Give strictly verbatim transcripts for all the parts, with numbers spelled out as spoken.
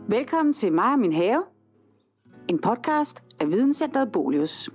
Velkommen til mig og min have, en podcast af Videnscentret Bolius.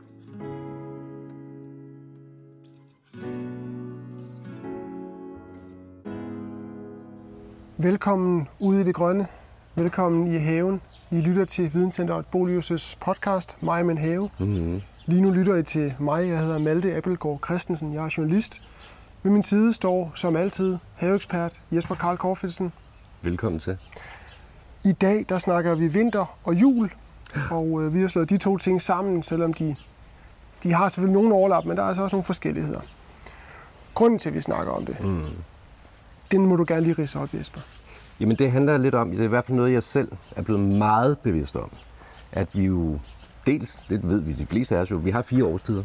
Velkommen ude i det grønne. Velkommen i haven. I lytter til Videnscentret Bolius' podcast, mig og min have. Mm-hmm. Lige nu lytter I til mig. Jeg hedder Malte Appelgaard Christensen. Jeg er journalist. Ved min side står, som altid, haveekspert Jesper Karl Corfelsen. Velkommen til. I dag der snakker vi vinter og jul, og øh, vi har slået de to ting sammen, selvom de, de har selvfølgelig nogle overlap, men der er altså også nogle forskelligheder. Grunden til, at vi snakker om det, mm. den må du gerne lige ridse op, Jesper. Jamen det handler lidt om, det er i hvert fald noget, jeg selv er blevet meget bevidst om, at vi jo dels, det ved vi de fleste af os jo, vi har fire årstider,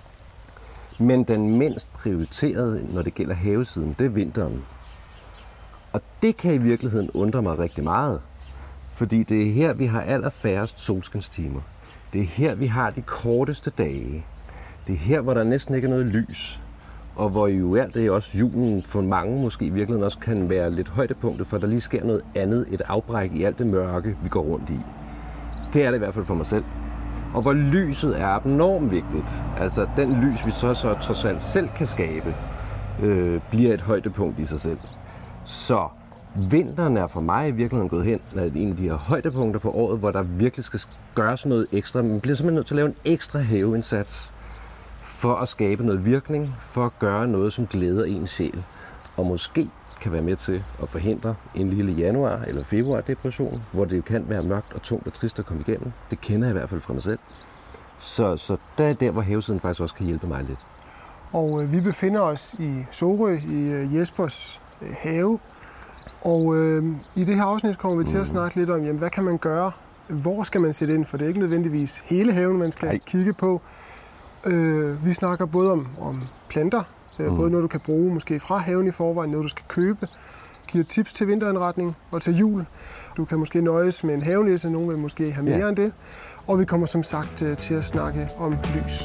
men den mindst prioriterede, når det gælder havesiden, det er vinteren. Og det kan i virkeligheden undre mig rigtig meget, fordi det er her, vi har allerfærrest solskinstimer. Det er her, vi har de korteste dage. Det er her, hvor der næsten ikke er noget lys. Og hvor jo alt det er også julen for mange måske i virkeligheden også kan være lidt højdepunktet, for der lige sker noget andet, et afbræk i alt det mørke, vi går rundt i. Det er det i hvert fald for mig selv. Og hvor lyset er enormt vigtigt. Altså den lys, vi så, så trods alt selv kan skabe, øh, bliver et højdepunkt i sig selv. Så vinteren er for mig i virkeligheden gået hen, når det er en af de her højdepunkter på året, hvor der virkelig skal gøres noget ekstra. Man bliver simpelthen nødt til at lave en ekstra haveindsats for at skabe noget virkning, for at gøre noget, som glæder ens sjæl. Og måske kan være med til at forhindre en lille januar- eller februar-depression, hvor det kan være mørkt og tungt og trist at komme igennem. Det kender jeg i hvert fald fra mig selv. Så, så der er der, hvor havesiden faktisk også kan hjælpe mig lidt. Og øh, vi befinder os i Sorø, i øh, Jespers øh, have. Og øh, i det her afsnit kommer vi til at snakke lidt om, jamen, hvad kan man gøre? Hvor skal man sætte ind? For det er ikke nødvendigvis hele haven, man skal Ej. kigge på. Øh, vi snakker både om, om planter, øh, mm. både noget, du kan bruge måske fra haven i forvejen, noget, du skal købe. Giver tips til vinterindretning og til jul. Du kan måske nøjes med en havenisse, nogen vil måske have mere ja. end det. Og vi kommer som sagt øh, til at snakke om lys.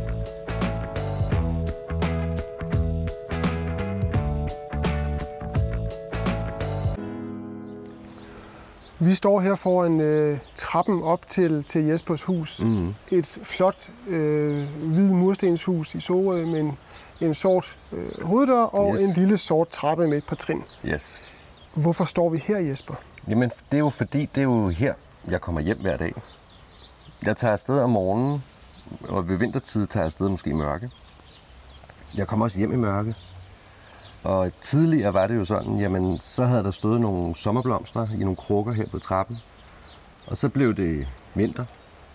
Vi står her foran øh, trappen op til, til Jespers hus. Mm. Et flot, øh, hvid murstenshus i Sorø med en, en sort øh, hoveddør og yes. en lille sort trappe med et par trin. Yes. Hvorfor står vi her, Jesper? Jamen, det er jo fordi, det er jo her, jeg kommer hjem hver dag. Jeg tager afsted om morgenen, og ved vintertid tager jeg afsted måske i mørke. Jeg kommer også hjem i mørke. Og tidligere var det jo sådan, jamen så havde der stået nogle sommerblomster i nogle krukker her på trappen. Og så blev det vinter,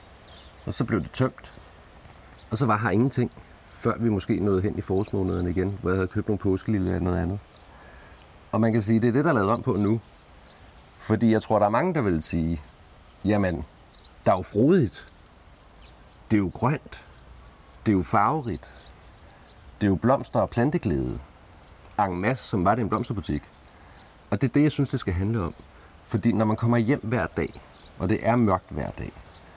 og så blev det tømt. Og så var her ingenting, før vi måske nåede hen i forårsmånederne igen, hvor jeg havde købt nogle påskeliljer eller noget andet. Og man kan sige, det er det, der er lavet om på nu. Fordi jeg tror, der er mange, der vil sige, jamen, der er jo frodigt. Det er jo grønt. Det er jo farverigt. Det er jo blomster og planteglæde. En masse, som var det en blomsterbutik. Og det er det, jeg synes, det skal handle om. Fordi når man kommer hjem hver dag, og det er mørkt hver dag,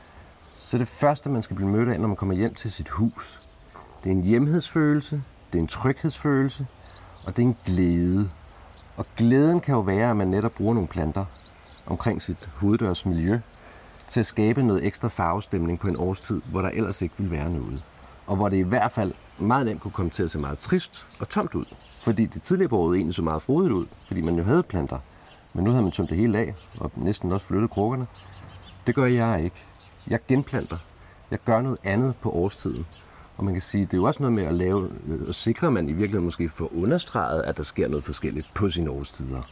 så det første, man skal blive mødt af, når man kommer hjem til sit hus, det er en hjemhedsfølelse, det er en tryghedsfølelse, og det er en glæde. Og glæden kan jo være, at man netop bruger nogle planter omkring sit hoveddørsmiljø til at skabe noget ekstra farvestemning på en årstid, hvor der ellers ikke ville være noget. Og hvor det i hvert fald meget nemt kunne komme til at se meget trist og tomt ud. Fordi det tidligere på året egentlig så meget frodigt ud, fordi man jo havde planter. Men nu havde man tømt det hele af, og næsten også flyttet krukkerne. Det gør jeg ikke. Jeg genplanter. Jeg gør noget andet på årstiden. Og man kan sige, det er jo også noget med at lave, og sikre, at man i virkeligheden måske får understreget, at der sker noget forskelligt på sine årstider.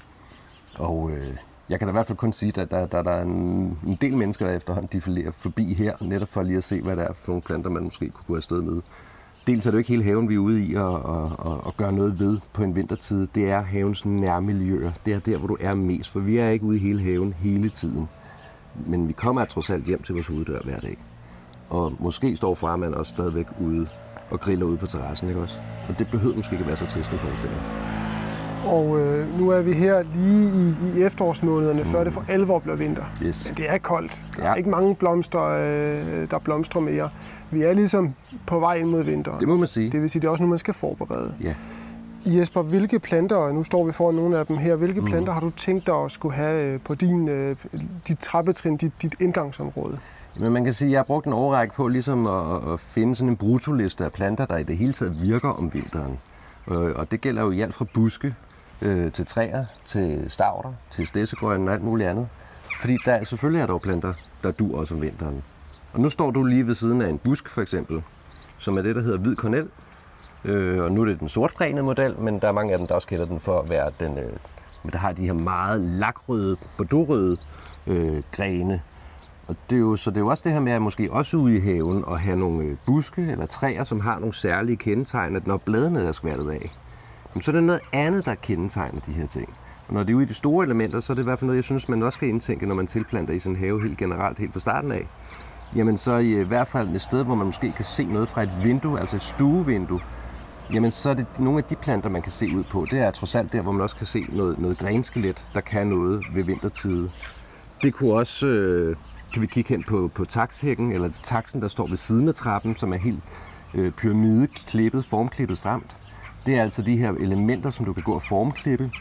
Og øh, jeg kan da i hvert fald kun sige, at der, der, der er en, en del mennesker, der efterhånden defilerer forbi her, netop for lige at se, hvad der er for nogle planter, man måske kunne gå afsted med. Dels er det jo ikke hele haven, vi er ude i at, at, at, at gøre noget ved på en vintertid. Det er havens nærmiljøer. Det er der, hvor du er mest, for vi er ikke ude i hele haven hele tiden. Men vi kommer trods alt hjem til vores hoveddør hver dag. Og måske står farmand også stadigvæk ude og griller ude på terrassen, ikke også? Og det behøver måske ikke at være så trist en forestilling. Og øh, nu er vi her lige i, i efterårsmånederne, mm. før det for alvor bliver vinter. Yes. Men det er koldt. Der ja. er ikke mange blomster, øh, der blomstrer mere. Vi er ligesom på vej ind mod vinter. Det må man sige. Det vil sige, det er også nu, man skal forberede. Ja. Jesper, hvilke planter, og nu står vi foran nogle af dem her, hvilke mm. planter har du tænkt dig at skulle have på din, dit trappetrin, dit, dit indgangsområde? Men man kan sige, at jeg har brugt en årrække på ligesom at, at finde sådan en brutoliste af planter, der i det hele taget virker om vinteren. Og det gælder jo i alt fra buske øh, til træer, til stauder, til stedsegrønne og alt muligt andet. Fordi der selvfølgelig er der jo planter, der dur også om vinteren. Og nu står du lige ved siden af en busk for eksempel, som er det, der hedder hvid kornel. Øh, og nu er det den sortgrenede model, men der er mange af dem, der også kalder den for at være den, øh, der har de her meget lakrøde, bordeauxrøde øh, grene. Og det er jo, så det er jo også det her med at måske også ude i haven og have nogle buske eller træer, som har nogle særlige kendetegn, at når bladene er skvattet af, så er det noget andet, der kendetegner de her ting. Og når det er ude i de store elementer, så er det i hvert fald noget, jeg synes, man også skal indtænke, når man tilplanter i sådan en have helt generelt, helt fra starten af. Jamen så i hvert fald et sted, hvor man måske kan se noget fra et vindue, altså et stuevindue, jamen så er det nogle af de planter, man kan se ud på. Det er trods alt der, hvor man også kan se noget, noget grenskelet, der kan noget ved vintertid. Det kunne også, øh, kan vi kigge hen på, på takshækken, eller taksen, der står ved siden af trappen, som er helt øh, pyramideklippet, formklippet stramt. Det er altså de her elementer, som du kan gå og formklippe,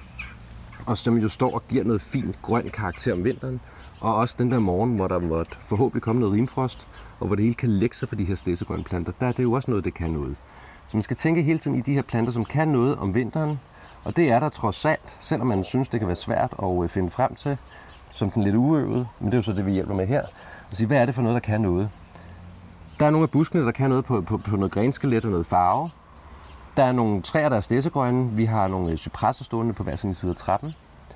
og som jo står og giver noget fint grøn karakter om vinteren. Og også den der morgen, hvor der måtte forhåbentlig komme noget rimfrost, og hvor det hele kan lægge sig for de her stedsegrønne planter, der er det jo også noget, det kan noget. Så man skal tænke hele tiden i de her planter, som kan noget om vinteren, og det er der trods alt, selvom man synes, det kan være svært at finde frem til, som den lidt uøvede, men det er jo så det, vi hjælper med her, at sige, hvad er det for noget, der kan noget? Der er nogle af buskene, der kan noget på, på, på noget grenskelet og noget farve. Der er nogle træer, der er stedsegrønne. Vi har nogle cypresser stående på hver sin side af trappen.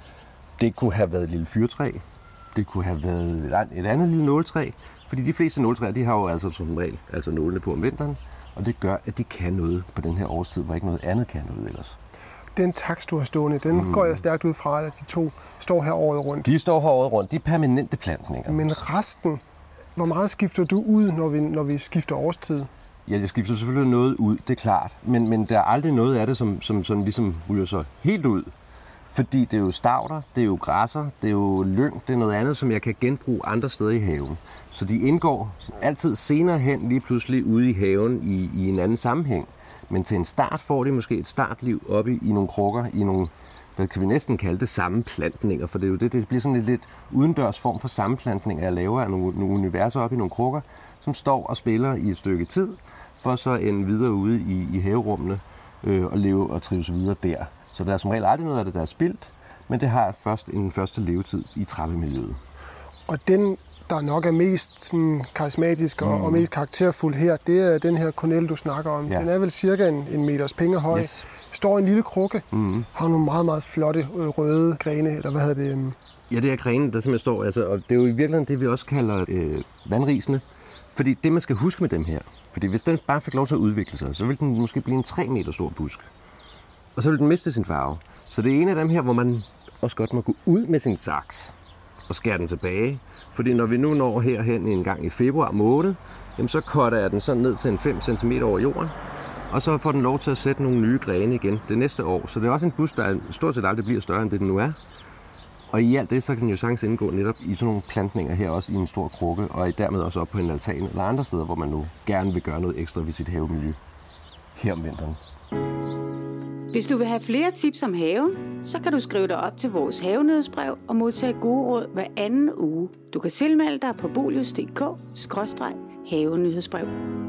Det kunne have været et lille fyrtræ. Det kunne have været et andet lille nåletræ. Fordi de fleste nåletræer, de har jo altså som regel altså nålene på om vinteren. Og det gør, at de kan noget på den her årstid, hvor ikke noget andet kan noget ellers. Den taks, du har stående, den mm. går jeg stærkt ud fra, at de to står her året rundt. De står her året rundt. De er permanente plantninger. Men resten, hvor meget skifter du ud, når vi, når vi skifter årstid? Ja, jeg skifter selvfølgelig noget ud, det er klart. Men, men der er aldrig noget af det, som, som sådan ligesom ryger så helt ud. Fordi det er jo stauder, det er jo græsser, det er jo lyng, det er noget andet, som jeg kan genbruge andre steder i haven. Så de indgår altid senere hen lige pludselig ude i haven i, i en anden sammenhæng. Men til en start får de måske et startliv oppe i, i nogle krukker, i nogle, hvad kan vi næsten kalde det, sammenplantninger. For det er jo det, det bliver sådan en lidt udendørs form for sammenplantning, at jeg laver af nogle, nogle universer oppe i nogle krukker, som står og spiller i et stykke tid, for så ende videre ude i, i haverummene øh, og leve og trives videre der. Så der er som regel aldrig noget af det, der er spildt, men det har først en første levetid i trappemiljøet. Og den, der nok er mest sådan, karismatisk mm. og, og mest karakterfuld her, det er den her kornel, du snakker om. Ja. Den er vel cirka en, en meters penge høj. Yes. Står i en lille krukke, mm. har nogle meget, meget flotte røde grene, eller hvad hedder det? Ja, det er grene, der simpelthen står, altså, og det er jo i virkeligheden det, vi også kalder øh, vandrisene. Fordi det, man skal huske med dem her, fordi hvis den bare fik lov til at udvikle sig, så ville den måske blive en tre meter stor busk. Og så vil den miste sin farve. Så det er en af dem her, hvor man også godt må gå ud med sin saks og skære den tilbage. Fordi når vi nu når herhen en gang i februar måned, jamen så cutter jeg den sådan ned til en fem centimeter over jorden. Og så får den lov til at sætte nogle nye grene igen det næste år. Så det er også en busk, der stort set aldrig bliver større, end det den nu er. Og i alt det, så kan den jo sagtens indgå netop i sådan nogle plantninger her, også i en stor krukke, og dermed også op på en altan eller andre steder, hvor man nu gerne vil gøre noget ekstra ved sit havemiljø her om vinteren. Hvis du vil have flere tips om haven, så kan du skrive dig op til vores havenyhedsbrev og modtage gode råd hver anden uge. Du kan tilmelde dig på bolius punktum d k skråstreg havenyhedsbrev.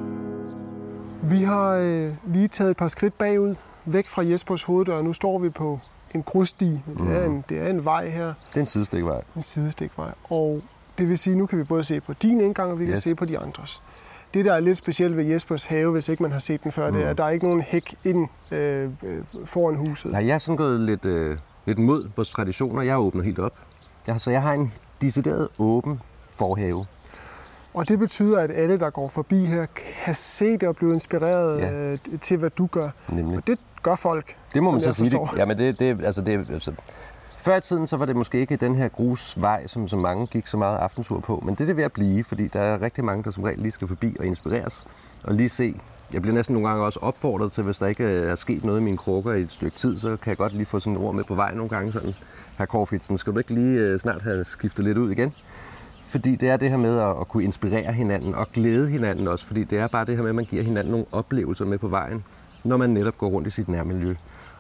Vi har øh, lige taget et par skridt bagud, væk fra Jespers hoveddør. Nu står vi på en grussti. Det er en, det er en vej her. Det er en sidestikvej. En sidestikvej. Og det vil sige, nu kan vi både se på din indgang, og vi kan yes. se på de andres. Det, der er lidt specielt ved Jespers have, hvis ikke man har set den før, mm. det er, at der er ikke nogen hæk ind øh, foran huset. Nej, jeg er sådan gået lidt, øh, lidt mod vores traditioner. Jeg har åbnet helt op. Jeg, så jeg har en decideret åben forhave. Og det betyder, at alle, der går forbi her, kan se det og blive inspireret ja. øh, til, hvad du gør. Nemlig. Og det gør folk, det må man så sige. Det, ja, men det, det, altså det, altså, før i tiden, så var det måske ikke den her grusvej, som så mange gik så meget aftentur på. Men det er det ved at blive, fordi der er rigtig mange, der som regel lige skal forbi og inspireres. Og lige se. Jeg bliver næsten nogle gange også opfordret til, hvis der ikke er sket noget i mine krukker i et stykke tid, så kan jeg godt lige få sådan et ord med på vej nogle gange. Sådan, herr Corfitsen, skal du ikke lige snart have skiftet lidt ud igen? Fordi det er det her med at kunne inspirere hinanden og glæde hinanden også. Fordi det er bare det her med, at man giver hinanden nogle oplevelser med på vejen, når man netop går rundt i sit nærmiljø.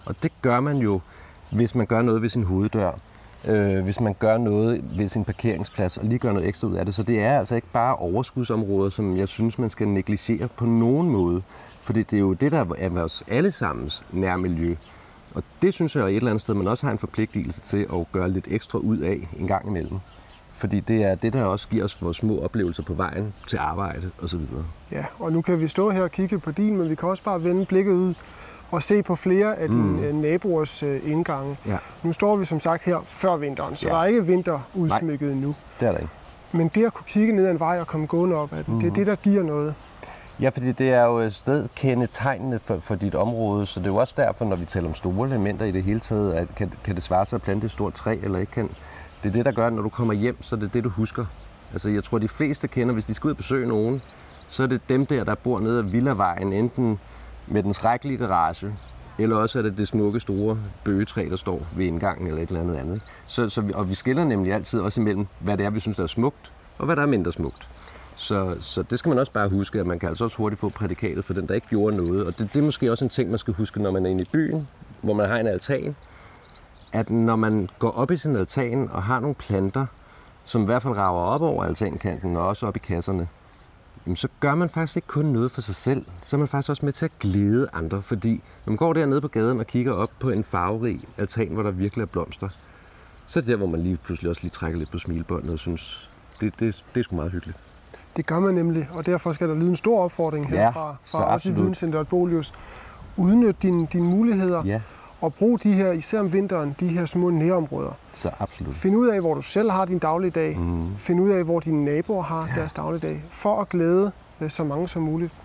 Og det gør man jo, hvis man gør noget ved sin hoveddør. Øh, hvis man gør noget ved sin parkeringsplads og lige gør noget ekstra ud af det. Så det er altså ikke bare overskudsområder, som jeg synes, man skal negligere på nogen måde. Fordi det er jo det, der er vores allesammens nærmiljø. Og det synes jeg et eller andet sted, man også har en forpligtelse til at gøre lidt ekstra ud af en gang imellem. Fordi det er det, der også giver os vores små oplevelser på vejen til arbejde osv. Ja, og nu kan vi stå her og kigge på din, men vi kan også bare vende blikket ud og se på flere af dine mm. naboers indgange. Ja. Nu står vi som sagt her før vinteren, så ja. Der er ikke vinterudsmykket endnu. Det er der ikke. Men det at kunne kigge ned ad en vej og komme gående op ad den, mm. det er det, der giver noget. Ja, fordi det er jo et sted kendetegnende for, for dit område, så det er jo også derfor, når vi taler om store elementer i det hele taget, at kan, kan det svare sig at plante et stort træ eller ikke kan. Det er det, der gør, at når du kommer hjem, så er det det, du husker. Altså, jeg tror, de fleste kender, hvis de skal ud og besøge nogen, så er det dem der, der bor nede ad Villavejen, enten med den skrækkelige garage, eller også er det det smukke, store bøgetræ, der står ved indgangen eller et eller andet andet. Så, så vi, og vi skiller nemlig altid også imellem, hvad det er, vi synes, der er smukt, og hvad der er mindre smukt. Så, så det skal man også bare huske, at man kan altså også hurtigt få prædikatet for den, der ikke gjorde noget. Og det, det er måske også en ting, man skal huske, når man er inde i byen, hvor man har en altan. At når man går op i sin altan og har nogle planter, som i hvert fald rager op over altankanten og også op i kasserne, jamen så gør man faktisk ikke kun noget for sig selv. Så er man faktisk også med til at glæde andre, fordi når man går dernede på gaden og kigger op på en farverig altan, hvor der virkelig er blomster, så er det der, hvor man lige pludselig også lige trækker lidt på smilebåndet og synes, det, det, det er sgu meget hyggeligt. Det gør man nemlig, og derfor skal der lyde en stor opfordring herfra, ja, fra os i Videnscenteret Bolius. Udnyt dine, dine muligheder, ja. Og brug de her, især om vinteren, de her små nærområder. Så absolut. Find ud af, hvor du selv har din dagligdag. Mm. Find ud af, hvor dine naboer har ja. Deres dagligdag, for at glæde så mange som muligt.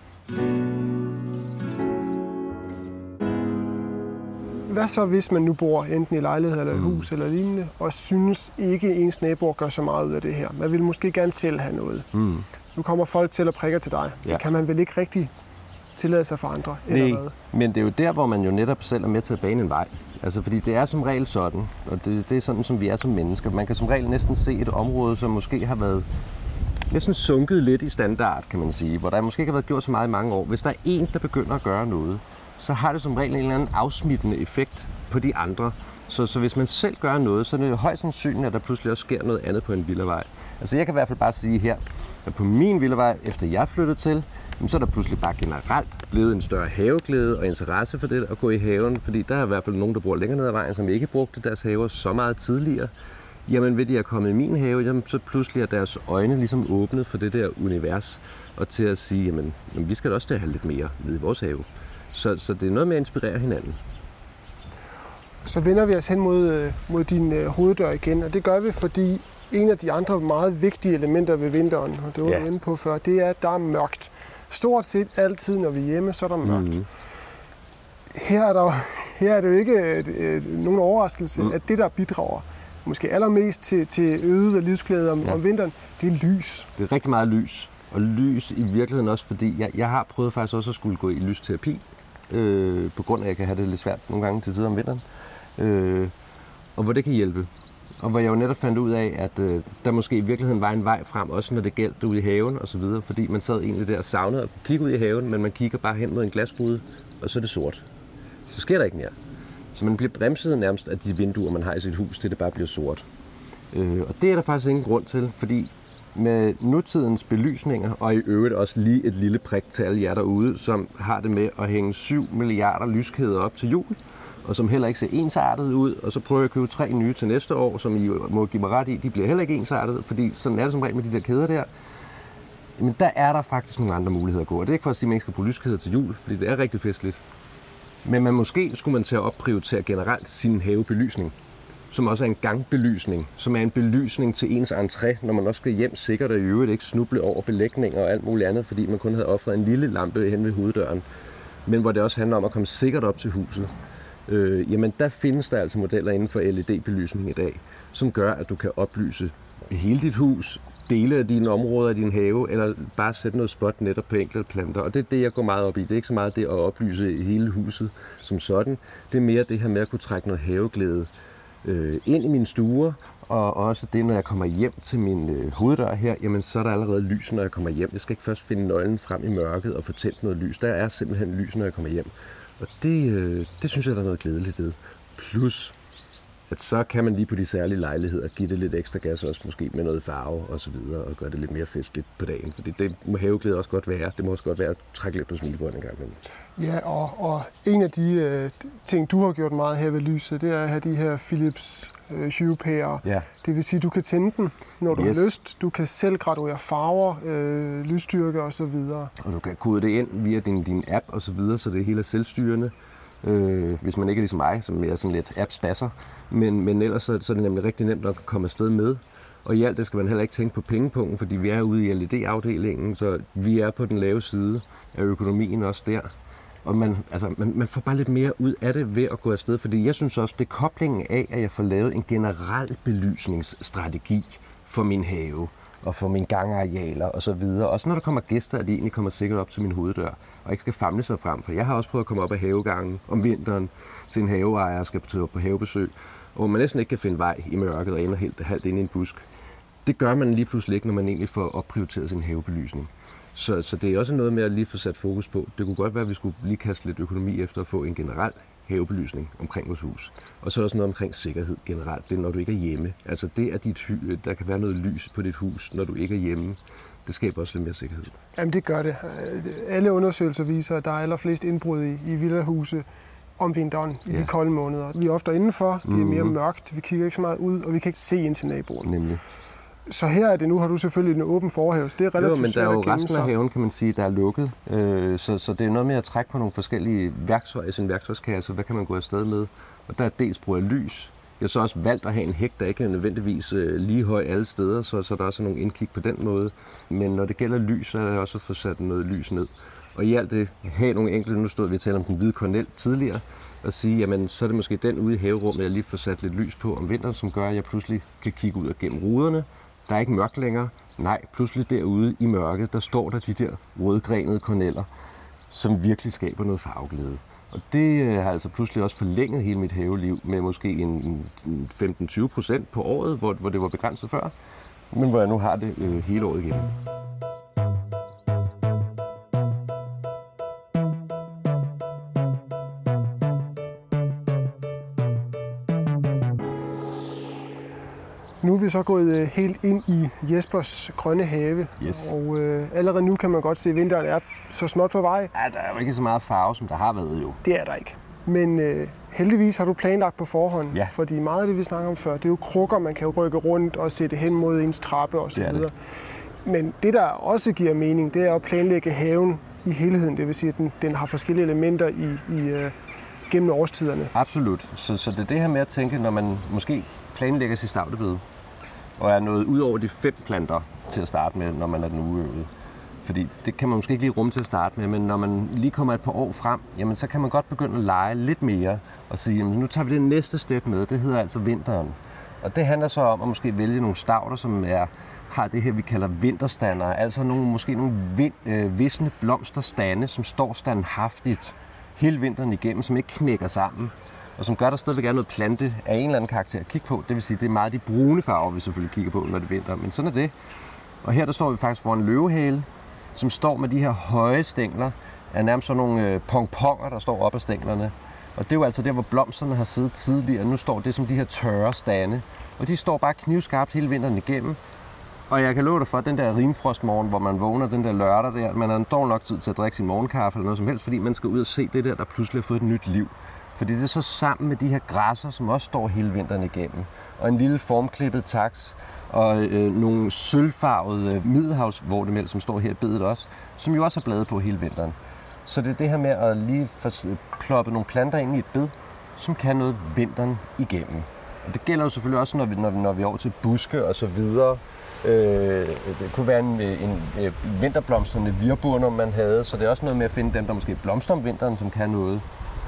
Hvad så, hvis man nu bor enten i lejlighed eller et hus eller lignende, og synes ikke, ens naboer gør så meget ud af det her? Man vil måske gerne selv have noget. Mm. Nu kommer folk til at prikke til dig. Ja. Det kan man vel ikke rigtig tillade sig for andre? Nej, men det er jo der, hvor man jo netop selv er med til at bane en vej. Altså, fordi det er som regel sådan, og det, det er sådan, som vi er som mennesker. Man kan som regel næsten se et område, som måske har været næsten sunket lidt i standard, kan man sige, hvor der måske ikke har været gjort så meget i mange år. Hvis der er en, der begynder at gøre noget, så har det som regel en eller anden afsmittende effekt på de andre. Så, så hvis man selv gør noget, så er det jo højst sandsynligt, at der pludselig også sker noget andet på en villavej. Altså jeg kan i hvert fald bare sige her, at på min villavej, efter jeg flyttede til, så er der pludselig bare generelt blevet en større haveglæde og interesse for det at gå i haven, fordi der er i hvert fald nogen, der bor længere ned ad vejen, som ikke brugte deres haver så meget tidligere. Jamen ved de er kommet i min have, jamen, så pludselig er deres øjne ligesom åbnet for det der univers, og til at sige, jamen, jamen vi skal da også til at have lidt mere nede i vores have. Så, så det er noget med at inspirere hinanden. Så vender vi os hen mod, mod din øh, hoveddør igen, og det gør vi, fordi en af de andre meget vigtige elementer ved vinteren, og det var ja. vi inde på før, det er, at der er mørkt. Stort set altid, når vi er hjemme, så er der mørkt. Mm-hmm. Her er der her er det jo ikke øh, nogen overraskelse, mm. at det, der bidrager måske allermest til, til øget livsglæde om, ja. om vinteren, det er lys. Det er rigtig meget lys. Og lys i virkeligheden også, fordi jeg, jeg har prøvet faktisk også at skulle gå i lysterapi, øh, på grund af, at jeg kan have det lidt svært nogle gange til tider om vinteren, øh, og hvor det kan hjælpe. Og hvor jeg jo netop fandt ud af, at øh, der måske i virkeligheden var en vej frem, også når det galt ude i haven og så videre, fordi man sad egentlig der og savnede at kigge ud i haven, men man kigger bare hen mod en glasrude, og så er det sort. Så sker der ikke mere. Så man bliver bremset nærmest af de vinduer, man har i sit hus, til det bare bliver sort. Øh, og det er der faktisk ingen grund til, fordi med nutidens belysninger, og i øvrigt også lige et lille prik til alle jer derude, som har det med at hænge syv milliarder lyskæder op til jul, og som heller ikke ser ensartet ud, og så prøver jeg at købe tre nye til næste år, som I må give mig ret i, de bliver heller ikke ensartet, fordi sådan er det som regel med de der kæder der. Men der er der faktisk nogle andre muligheder at gå, og det er ikke for at sige, at man ikke skal bruge lyskæder til jul, fordi det er rigtig festligt. Men man måske skulle man til at opprioritere generelt sin havebelysning, som også er en gangbelysning, som er en belysning til ens entré, når man også skal hjem sikkert og i øvrigt ikke snuble over belægninger og alt muligt andet, fordi man kun havde offret en lille lampe hen ved hoveddøren. Men hvor det også handler om at komme sikkert op til huset. Øh, jamen der findes der altså modeller inden for L E D-belysning i dag, som gør, at du kan oplyse hele dit hus, dele af dine områder af din have, eller bare sætte noget spot netop på enkelte planter. Og det er det, jeg går meget op i. Det er ikke så meget det at oplyse hele huset som sådan. Det er mere det her med at kunne trække noget haveglæde øh, ind i mine stuer, og også det, når jeg kommer hjem til min øh, hoveddør her, jamen så er der allerede lys, når jeg kommer hjem. Jeg skal ikke først finde nøglen frem i mørket og få tændt noget lys. Der er simpelthen lys, når jeg kommer hjem. Og det, øh, det synes jeg, der er noget glædeligt ved. Plus, at så kan man lige på de særlige lejligheder give det lidt ekstra gas også, måske med noget farve og så videre, og gøre det lidt mere festligt på dagen. Fordi det må haveglæde også godt være. Det må også godt være at trække lidt på smilebåndet en gang imellem. Ja, og, og en af de øh, ting, du har gjort meget her ved lyset, det er at have de her Philips øh, Hue-pærer. Ja. Det vil sige, at du kan tænde den, når du Yes. har lyst. Du kan selv graduere farver, øh, lysstyrke og så videre. Og du kan kode det ind via din, din app og så videre, så det hele er selvstyrende. Øh, hvis man ikke er ligesom mig, som er sådan lidt app-spasser. Men, men ellers så, så er det nemlig rigtig nemt at komme afsted med. Og i alt det skal man heller ikke tænke på pengepunkten, fordi vi er ude i L E D-afdelingen, så vi er på den lave side af økonomien også der. Og man, altså, man, man får bare lidt mere ud af det ved at gå afsted, fordi jeg synes også, det er koblingen af, at jeg får lavet en generel belysningsstrategi for min have og for mine gangarealer og så videre. Også når der kommer gæster, at de egentlig kommer sikkert op til min hoveddør og ikke skal famle sig frem. For jeg har også prøvet at komme op af havegangen om vinteren til en haveejer og skal på havebesøg, hvor man næsten ikke kan finde vej i mørket og ender helt halvt inde i en busk. Det gør man lige pludselig ikke, når man egentlig får opprioriteret sin havebelysning. Så, så det er også noget med at lige få sat fokus på. Det kunne godt være, at vi skulle lige kaste lidt økonomi efter at få en generel havebelysning omkring vores hus. Og så er der også noget omkring sikkerhed generelt. Det er, når du ikke er hjemme. Altså det er dit hy- der kan være noget lys på dit hus, når du ikke er hjemme. Det skaber også lidt mere sikkerhed. Jamen det gør det. Alle undersøgelser viser, at der er allerflest indbrud i, i villahuse om vinteren i Ja. de kolde måneder. Vi er ofte indenfor, det er mere Mhm. mørkt, vi kigger ikke så meget ud, og vi kan ikke se ind til naboen. Nemlig. Så her er det nu, har du selvfølgelig en åben forhave, så det er relativt Jo, men der svært er jo at gemme resten af sig. haven, kan man sige, der er lukket. Øh, så, så det er noget med at trække på nogle forskellige værktøjer i sin værktøjskasse. Hvad kan man gå afsted med? Og der er dels brug af lys. Jeg har så også valgt at have en hæk, der ikke er nødvendigvis øh, lige høj alle steder, så, så der er også nogle indkig på den måde. Men når det gælder lys, så er det også at få sat noget lys ned. Og i alt det, have nogle enkelte, nu stod vi og talte om den hvide kornel tidligere, og sige, jamen så er det måske den ude i haverummet, jeg lige får sat lidt lys på om vinteren, som gør, at jeg pludselig kan kigge ud og gennem ruderne. Der er ikke mørkt længere. Nej, pludselig derude i mørket, der står der de der rødgrenede korneller, som virkelig skaber noget farveglæde. Og det har altså pludselig også forlænget hele mit haveliv med måske en femten til tyve procent på året, hvor, hvor det var begrænset før, men hvor jeg nu har det øh, hele året igennem. Nu er vi så gået helt ind i Jespers grønne have, Yes. og øh, allerede nu kan man godt se, at vinteren er så småt på vej. Ja, der er jo ikke så meget farve, som der har været jo. Det er der ikke. Men øh, heldigvis har du planlagt på forhånd, Ja. fordi meget af det, vi snakker om før, det er jo krukker, man kan rykke rundt og sætte hen mod ens trappe osv. Det er det. Men det, der også giver mening, det er at planlægge haven i helheden. Det vil sige, at den, den har forskellige elementer i, i, øh, gennem årstiderne. Absolut. Så, så det er det her med at tænke, når man måske planlægger sit stavlebede, og er nået ud over de fem planter til at starte med, når man er den uøvet. Fordi det kan man måske ikke lige rumme til at starte med, men når man lige kommer et par år frem, jamen så kan man godt begynde at lege lidt mere og sige, jamen nu tager vi det næste step med, det hedder altså vinteren. Og det handler så om at måske vælge nogle stavler, som er, har det her, vi kalder vinterstander, altså nogle, måske nogle vind, øh, visne blomsterstande, som står standhaftigt hele vinteren igennem, som ikke knækker sammen, og som gør, at der stadigvæk er noget plante af en eller anden karakter at kigge på. Det vil sige, det er meget de brune farver, vi selvfølgelig kigger på, når det er vinter, men sådan er det. Og her der står vi faktisk foran en løvehale, som står med de her høje stængler, er nærmest sådan nogle øh, pongponger, der står op af stænglerne. Og det er jo altså der, hvor blomsterne har siddet tidligere. Nu står det som de her tørre stande, og de står bare knivskarpt hele vinteren igennem. Og jeg kan love dig for, at den der rimfrostmorgen, hvor man vågner den der lørdag der, man har dog nok tid til at drikke sin morgenkaffe eller noget som helst, fordi man skal ud og se det der, der pludselig har fået et nyt liv. Fordi det er så sammen med de her græsser, som også står hele vinteren igennem. Og en lille formklippet taks, og øh, nogle sølvfarvede middelhavsvortemæl, som står her i bedet også, som jo også har blade på hele vinteren. Så det er det her med at lige ploppe nogle planter ind i et bed, som kan noget vinteren igennem. Og det gælder jo selvfølgelig også, når vi, når vi, når vi er over til buske og så videre. Øh, det kunne være en, en, en vinterblomstrende virburnum, man havde, så det er også noget med at finde dem, der måske blomstrer om vinteren, som kan noget.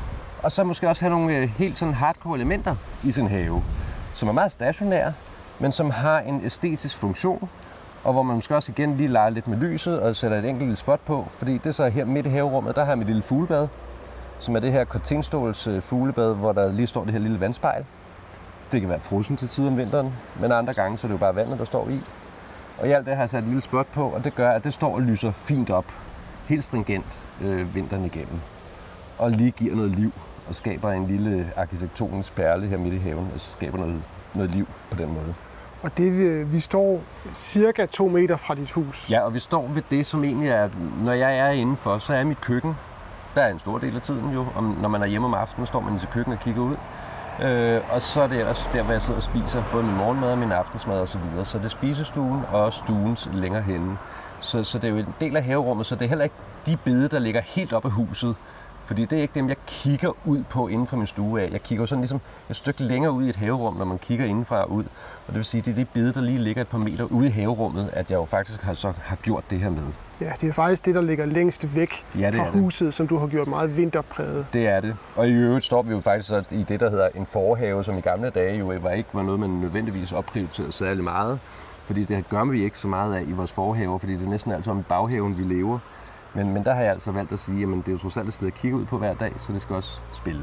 Og så måske også have nogle helt sådan hardcore elementer i sin have, som er meget stationære, men som har en æstetisk funktion, og hvor man måske også igen lige leger lidt med lyset og sætter et enkelt lille spot på, fordi det er så her midt i haverummet, der har jeg mit lille fuglebad, som er det her cortinstols fuglebad, hvor der lige står det her lille vandspejl. Det kan være frossen til tider om vinteren, men andre gange så er det jo bare vandet, der står i. Og i alt det har jeg sat et lille spot på, og det gør, at det står og lyser fint op, helt stringent øh, vinteren igennem. og lige giver noget liv og skaber en lille arkitektonisk perle her midt i haven, og skaber noget, noget liv på den måde. Og det, vi, vi står cirka to meter fra dit hus. Ja, og vi står ved det, som egentlig er, når jeg er indenfor, så er mit køkken. Der er en stor del af tiden jo, og når man er hjemme om aftenen, står man i sit køkken og kigger ud. Øh, og så er det ellers der, hvor jeg sidder og spiser, både min morgenmad og min aftensmad osv. Så, så det er spisestuen og stuens længere henne. Så, så det er jo en del af haverummet, så det er heller ikke de bede, der ligger helt op ad huset. Fordi det er ikke dem, jeg kigger ud på inden for min stue af. Jeg kigger jo sådan ligesom et stykke længere ud i et haverum, når man kigger indenfra og ud. Og det vil sige, at det er de bede, der lige ligger et par meter ude i haverummet, at jeg jo faktisk har, så har gjort det her med. Ja, det er faktisk det, der ligger længst væk ja, fra huset, som du har gjort meget vinterpræget. Det er det. Og i øvrigt står vi jo faktisk i det, der hedder en forhave, som i gamle dage jo var ikke var noget, man nødvendigvis opprioriterede særlig meget. Fordi det gør vi ikke så meget af i vores forhaver, fordi det er næsten altid om i baghaven, vi lever. Men, men der har jeg altså valgt at sige, at det er jo trods alt et sted at kigge ud på hver dag, så det skal også spille.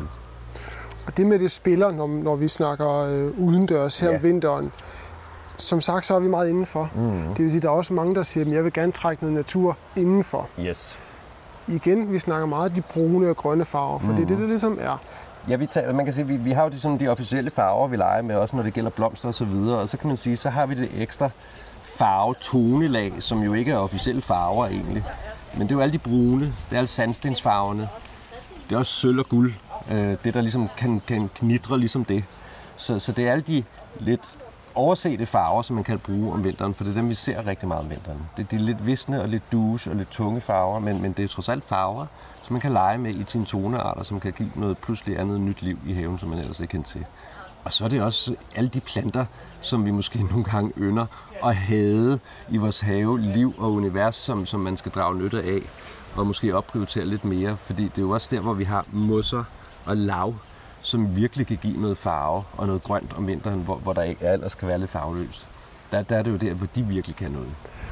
Og det med det spiller, når, når vi snakker øh, udendørs her ja. om vinteren, som sagt, så er vi meget indenfor. Mm. Det vil sige, at der er også mange, der siger, at jeg vil gerne trække noget natur indenfor. Yes. Igen, vi snakker meget af de brune og grønne farver, for mm. det er det, det ligesom er. Ja, vi tager, man kan sige, vi, vi har jo de, sådan, de officielle farver, vi leger med, også når det gælder blomster og så videre. Og så kan man sige, så har vi det ekstra farvetonelag, som jo ikke er officielle farver egentlig. Men det er jo alle de brune, det er alle sandstensfarverne, det er også sølv og guld, øh, det der ligesom kan, kan knitre ligesom det. Så, så det er alle de lidt oversete farver, som man kan bruge om vinteren, for det er dem, vi ser rigtig meget om vinteren. Det er de lidt visne og lidt douce og lidt tunge farver, men, men det er trods alt farver, som man kan lege med i sine tonearter, som kan give noget pludselig andet nyt liv i haven, som man ellers ikke kender til. Og så er det også alle de planter, som vi måske nogle gange ynder at have i vores have, liv og univers, som, som man skal drage nytte af og måske opprioritere lidt mere. Fordi det er jo også der, hvor vi har mosser og lav, som virkelig kan give noget farve og noget grønt om vinteren, hvor, hvor der ikke ellers kan være lidt farveløst. Der, der er det jo der, hvor de virkelig kan noget.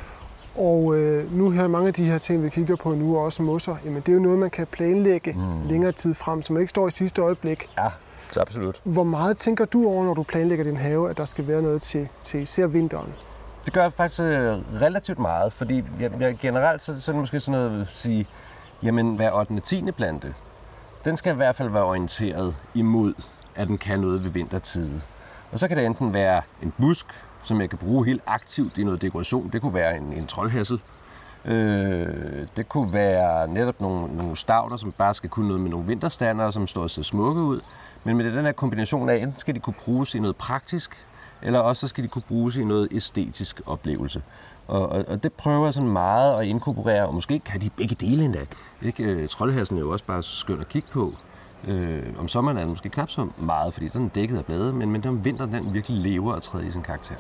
Og øh, nu her mange af de her ting, vi kigger på nu, også mosser, jamen det er jo noget, man kan planlægge mm. længere tid frem, så man ikke står i sidste øjeblik. Ja. Absolut. Hvor meget tænker du over, når du planlægger din have, at der skal være noget til, til især vinteren? Det gør jeg faktisk relativt meget, fordi jeg, jeg generelt så, så er det måske sådan noget at sige, jamen hver ottende tiende plante, den skal i hvert fald være orienteret imod, at den kan noget ved vintertid. Og så kan det enten være en busk, som jeg kan bruge helt aktivt i noget dekoration. Det kunne være en, en troldhassel. Øh, det kunne være netop nogle, nogle stavter, som bare skal kunne noget med nogle vinterstander, som står og ser smukke ud. Men med den her kombination af, enten skal de kunne bruges i noget praktisk, eller også så skal de kunne bruges i noget æstetisk oplevelse. Og, og, og det prøver jeg sådan meget at inkorporere, og måske kan de begge dele endda. Ikke? Troldhassen er jo også bare skøn at kigge på. Øh, om sommeren er den måske knap så meget, fordi den er dækket af blade, men, men om vinteren den virkelig lever og træder i sin karakter.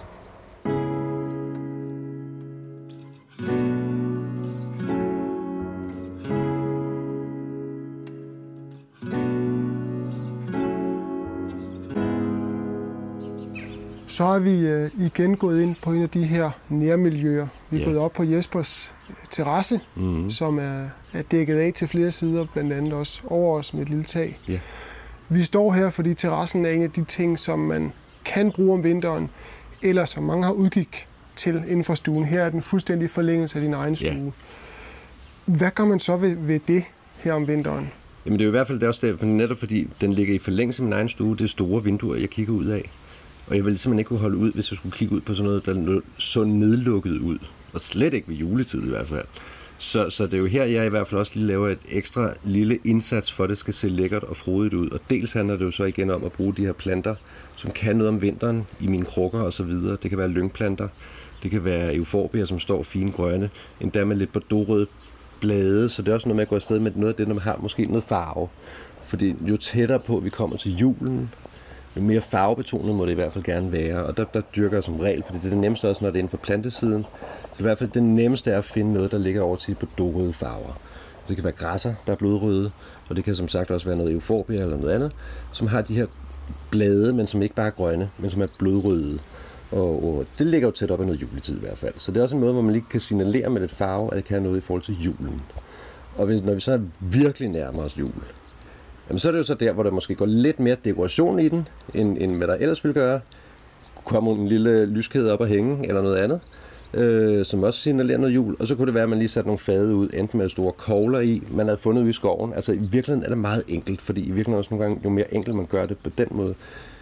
Så er vi øh, igen gået ind på en af de her nærmiljøer. Vi er yeah. gået op på Jespers terrasse, mm-hmm. som er, er dækket af til flere sider, blandt andet også over os med et lille tag. Yeah. Vi står her, fordi terrassen er en af de ting, som man kan bruge om vinteren, eller som mange har udkig til inden for stuen. Her er den fuldstændig forlængelse af din egen stue. Yeah. Hvad gør man så ved, ved det her om vinteren? Jamen det er jo i hvert fald det også der, netop fordi den ligger i forlængelse af min egen stue. Det er store vinduer, jeg kigger ud af. Og jeg ville simpelthen ikke kunne holde ud, hvis jeg skulle kigge ud på sådan noget, der så nedlukket ud. Og slet ikke ved juletid i hvert fald. Så, så det er jo her, jeg i hvert fald også lige laver et ekstra lille indsats for, at det skal se lækkert og frodigt ud. Og dels handler det jo så igen om at bruge de her planter, som kan noget om vinteren i mine krukker og så videre. Det kan være lyngplanter, det kan være euforbier, som står fine grønne, endda med lidt bordeauxrøde blade. Så det er også noget med at gå afsted med noget af det, når man har måske noget farve. Fordi jo tættere på vi kommer til julen, jo mere farvebetonet må det i hvert fald gerne være, og der, der dyrker jeg som regel, fordi det er det nemmeste også, når det er inden for plantesiden. Så i hvert fald det nemmeste er at finde noget, der ligger over til bordeauxrøde farver. Det kan være græsser, der er blodrøde, og det kan som sagt også være noget euforbia eller noget andet, som har de her blade, men som ikke bare er grønne, men som er blodrøde. Og, og det ligger jo tæt op af noget juletid i hvert fald. Så det er også en måde, hvor man lige kan signalere med lidt farve, at det kan have noget i forhold til julen. Og hvis, når vi så virkelig nærmer os jul, jamen, så er det jo så der, hvor der måske går lidt mere dekoration i den, end, end hvad der ellers ville gøre. Kommer en lille lyskæde op og hænge, eller noget andet. øh, som også signalerer noget jul. Og så kunne det være, at man lige satte nogle fade ud, enten med store kogler i, man havde fundet ude i skoven. Altså i virkeligheden er det meget enkelt, fordi i virkeligheden også nogle gange, jo mere enkelt man gør det på den måde,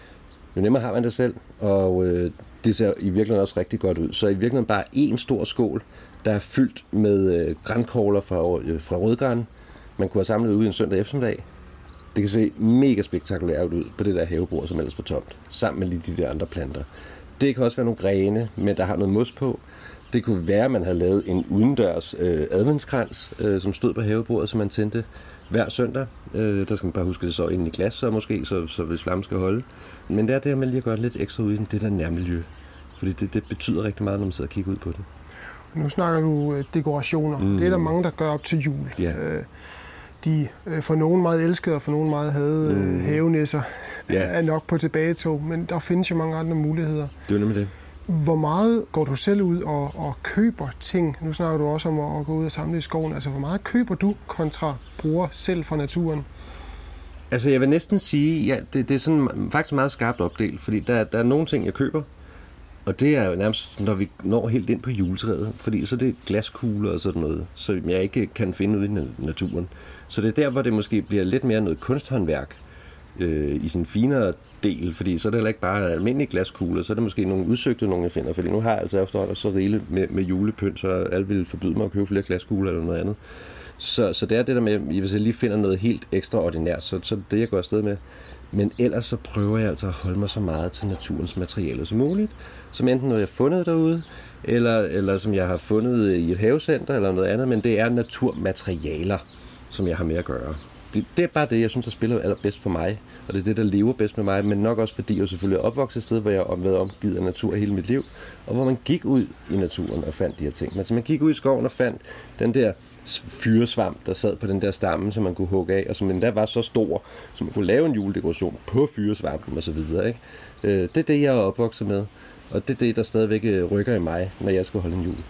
jo nemmere har man det selv, og øh, det ser i virkeligheden også rigtig godt ud. Så i virkeligheden bare en stor skål, der er fyldt med øh, grankogler fra, øh, fra rødgran. Man kunne have samlet ud en søndag eftermiddag. Det kan se mega spektakulært ud på det der havebord, som ellers var tomt, sammen med lige de der andre planter. Det kan også være nogle grene, men der har noget mos på. Det kunne være, at man havde lavet en udendørs øh, adventskrans, øh, som stod på havebordet, som man tændte hver søndag. Øh, der skal man bare huske, at det så ind i glas, så måske, så, så hvis flammen skal holde. Men det er det, man lige gør lidt ekstra ud i det der nærmiljø. Fordi det, det betyder rigtig meget, når man sidder og kigger ud på det. Nu snakker du øh, dekorationer. Mm. Det er der mange, der gør op til jul. Yeah. Øh, de øh, for nogen meget elskede, og for nogen meget havde øh, mm. havenisser, yeah. er nok på tilbagetog. Men der findes jo mange andre muligheder. Det er nemlig det. Hvor meget går du selv ud og, og køber ting? Nu snakker du også om at, at gå ud og samle i skoven. Altså, hvor meget køber du kontra bruger selv for naturen? Altså, jeg vil næsten sige, ja, det, det er sådan faktisk meget skarpt opdelt, fordi der, der er nogle ting, jeg køber, og det er nærmest, når vi når helt ind på juletræet, fordi så er det glaskugler og sådan noget, som jeg ikke kan finde ude i naturen. Så det er der, hvor det måske bliver lidt mere noget kunsthåndværk øh, i sin finere del, fordi så er det heller ikke bare almindelige glaskugler, så er det måske nogle udsøgte, nogle jeg finder, fordi nu har jeg altså efterhånden så rigeligt med, med julepynt, så alle vil forbyde mig at købe flere glaskugler eller noget andet. Så, så det er det der med, hvis jeg lige finder noget helt ekstraordinært, så, så er det det, jeg går afsted med. Men ellers så prøver jeg altså at holde mig så meget til naturens materialer som muligt, som enten noget, jeg har fundet derude, eller, eller som jeg har fundet i et havecenter eller noget andet, men det er naturmaterialer, som jeg har med at gøre. Det, det er bare det, jeg synes, der spiller allerbedst for mig, og det er det, der lever bedst med mig, men nok også fordi jeg selvfølgelig er opvokset et sted, hvor jeg har været omgivet af natur hele mit liv, og hvor man gik ud i naturen og fandt de her ting. Men så man gik ud i skoven og fandt den der fyresvamp, der sad på den der stamme, som man kunne hugge af, og som endda var så stor, så man kunne lave en juledekoration på fyresvampen og så videre, ikke? Det er det, jeg er opvokset med, og det er det, der stadigvæk rykker i mig, når jeg skal holde en jul.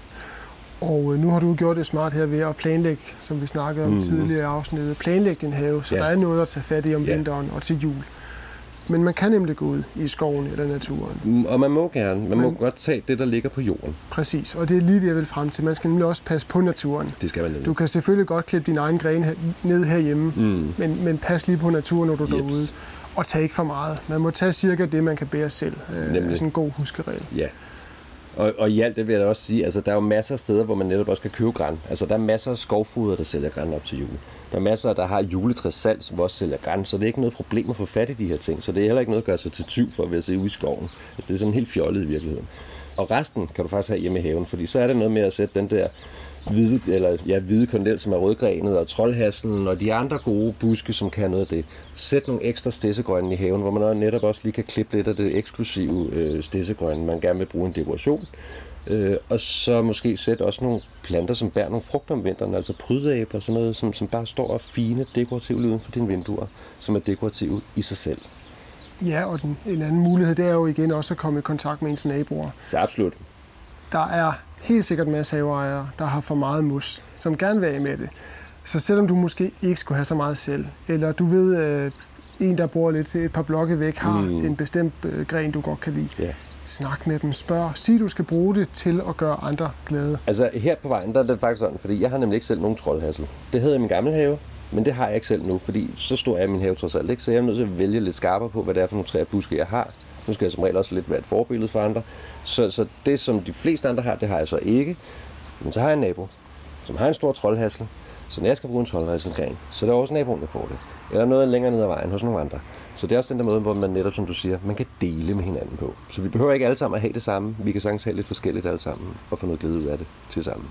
Og nu har du gjort det smart her ved at planlægge, som vi snakkede om mm. tidligere i afsnittet, planlægge din have, så ja. Der er noget at tage fat i om ja. Vinteren og til jul. Men man kan nemlig gå ud i skoven eller naturen. Og man må gerne. Man, man må godt tage det, der ligger på jorden. Præcis, og det er lige det, jeg vil frem til. Man skal nemlig også passe på naturen. Det skal man nemlig. Du kan selvfølgelig godt klippe din egen gren ned herhjemme, mm. men, men pas lige på naturen, når du er derude. Og tag ikke for meget. Man må tage cirka det, man kan bære selv. Det er sådan en god huskeregel. Ja. Og, og i alt det vil jeg da også sige, altså der er jo masser af steder, hvor man netop også kan købe gran. Altså der er masser af skovfoder, der sælger gran op til jul. Der er masser, der har juletræssalg, som også sælger gran, så det er ikke noget problem at få fat i de her ting. Så det er heller ikke noget at gøre sig til tyv for ved at se ude i skoven. Altså det er sådan helt fjollet i virkeligheden. Og resten kan du faktisk have hjemme i haven, fordi så er det noget med at sætte den der hvide, eller, ja, hvide kondel, som er rødgrenet, og troldhasselen og de andre gode buske, som kan noget af det. Sæt nogle ekstra stedsegrønne i haven, hvor man netop også lige kan klippe lidt af det eksklusive øh, stedsegrønne, man gerne vil bruge en dekoration. Øh, og så måske sætte også nogle planter, som bærer nogle frugter om vinteren, altså prydæbler, sådan noget, som, som bare står og fine dekorativt uden for dine vinduer, som er dekorative i sig selv. Ja, og den, en anden mulighed, det er jo igen også at komme i kontakt med ens naboer. Så absolut. Der er helt sikkert en masse haveejere, der har for meget mus, som gerne vil af med det. Så selvom du måske ikke skulle have så meget selv, eller du ved, at en, der bor lidt et par blokke væk, har mm. en bestemt øh, gren, du godt kan lide. Yeah. Snak med dem, spørg, sig, du skal bruge det til at gøre andre glade. Altså her på vejen, der er det faktisk sådan, fordi jeg har nemlig ikke selv nogen troldhassel. Det havde jeg i min gamle have, men det har jeg ikke selv nu, fordi så stor er min have trods alt ikke, så jeg er nødt til at vælge lidt skarpere på, hvad det er for nogle træer buske, jeg har. Nu skal jeg som regel også lidt være et forbillede for andre. Så, så det, som de fleste andre har, det har jeg så ikke. Men så har jeg en nabo, som har en stor troldhassel, så når jeg skal bruge en troldhasselgren, så er det også naboen, der får det. Eller noget længere ned ad vejen hos nogle andre. Så det er også den der måde, hvor man netop, som du siger, man kan dele med hinanden på. Så vi behøver ikke alle sammen at have det samme. Vi kan sagtens have lidt forskelligt alle sammen, og få noget glæde ud af det til sammen.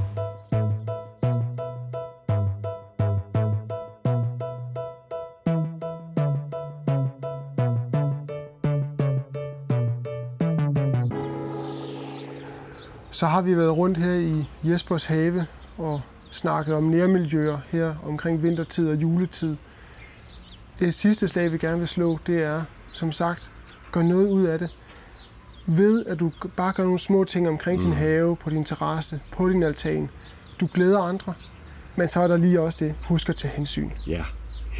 Så har vi været rundt her i Jespers have og snakket om nærmiljøer her omkring vintertid og juletid. Det sidste slag, vi gerne vil slå, det er, som sagt, gør noget ud af det. Ved, at du bare gør nogle små ting omkring mm. din have, på din terrasse, på din altan. Du glæder andre, men så er der lige også det, husk at tage hensyn. Ja,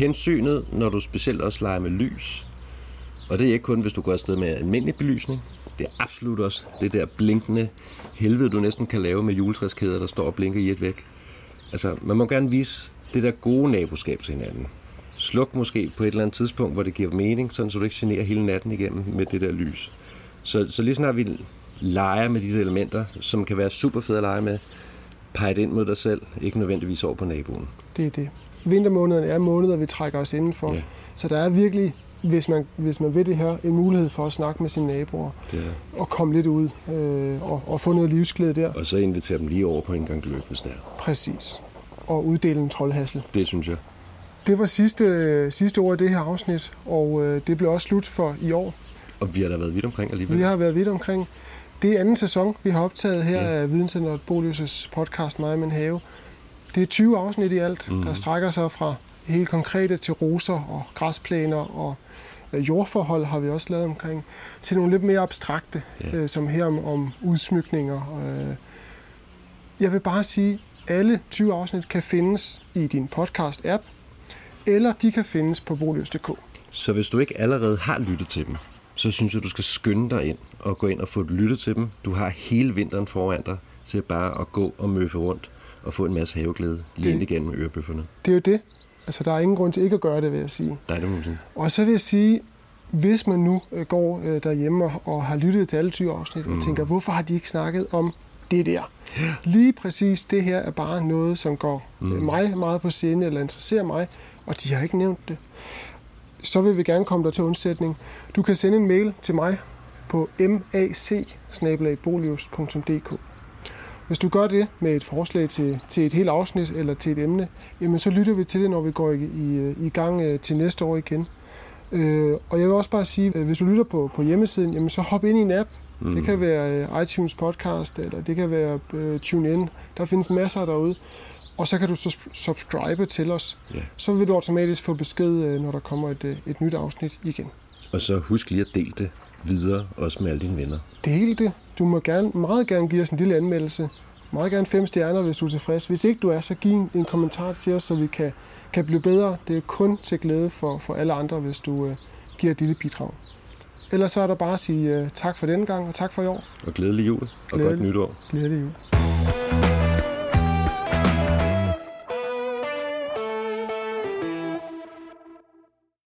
hensynet, når du specielt også leger med lys. Og det er ikke kun, hvis du går afsted med almindelig belysning. Det er absolut også det der blinkende helvede, du næsten kan lave med juletræskæder, der står og blinker i et væk. Altså, man må gerne vise det der gode naboskab til hinanden. Sluk måske på et eller andet tidspunkt, hvor det giver mening, sådan så du ikke generer hele natten igennem med det der lys. Så, så lige snart vi leger med de elementer, som kan være super fede at lege med, pege det ind mod dig selv, ikke nødvendigvis over på naboen. Det er det. Vintermånederne er måneder, vi trækker os indenfor. Ja. Så der er virkelig, hvis man, hvis man vil det her, en mulighed for at snakke med sine naboer. Ja. Og komme lidt ud øh, og, og få noget livsglæde der. Og så invitere dem lige over på en gang løb, hvis det er. Præcis. Og uddele en troldhassel. Det synes jeg. Det var sidste, sidste ord i det her afsnit, og øh, det blev også slut for i år. Og vi har da været vidt omkring alligevel. Vi har været vidt omkring. Det er anden sæson, vi har optaget her ja. af Videnscenteret Bolius' podcast Mig og min have. Det er tyve afsnit i alt, mm. der strækker sig fra helt konkrete til roser og græsplæner og jordforhold har vi også lavet omkring, til nogle lidt mere abstrakte, ja. øh, som her om, om udsmykninger. Øh. Jeg vil bare sige, at alle tyve afsnit kan findes i din podcast-app, eller de kan findes på bolius punktum d k. Så hvis du ikke allerede har lyttet til dem, så synes jeg, du skal skynde dig ind og gå ind og få lyttet til dem. Du har hele vinteren foran dig til bare at gå og møffe rundt og få en masse haveglæde lige ind igen med ørebøfferne. Det er jo det. Altså, der er ingen grund til ikke at gøre det, vil jeg sige. Nej, det må man sige. Og så vil jeg sige, hvis man nu går derhjemme og har lyttet til alle tyve afsnit, mm. og tænker, hvorfor har de ikke snakket om det der? Yeah. Lige præcis det her er bare noget, som går mm. mig meget på sinde, eller interesserer mig, og de har ikke nævnt det. Så vil vi gerne komme der til undsætning. Du kan sende en mail til mig på mac bindestreg bolius punktum d k. Hvis du gør det med et forslag til, til et helt afsnit eller til et emne, jamen så lytter vi til det, når vi går i, i, i gang til næste år igen. Øh, og jeg vil også bare sige, at hvis du lytter på, på hjemmesiden, jamen så hop ind i en app. Mm. Det kan være iTunes podcast, eller det kan være uh, TuneIn. Der findes masser derude. Og så kan du så subscribe til os. Yeah. Så vil du automatisk få besked, når der kommer et, et nyt afsnit igen. Og så husk lige at dele det videre, også med alle dine venner. Del det. Du må gerne, meget gerne give os en lille anmeldelse. Meget gerne fem stjerner, hvis du er tilfreds. Hvis ikke du er, så giv en, en kommentar til os, så vi kan, kan blive bedre. Det er kun til glæde for, for alle andre, hvis du uh, giver et lille bidrag. Ellers så er der bare at sige uh, tak for denne gang, og tak for i år. Og glædelig jul, og glædelig, godt nytår. Glædelig jul.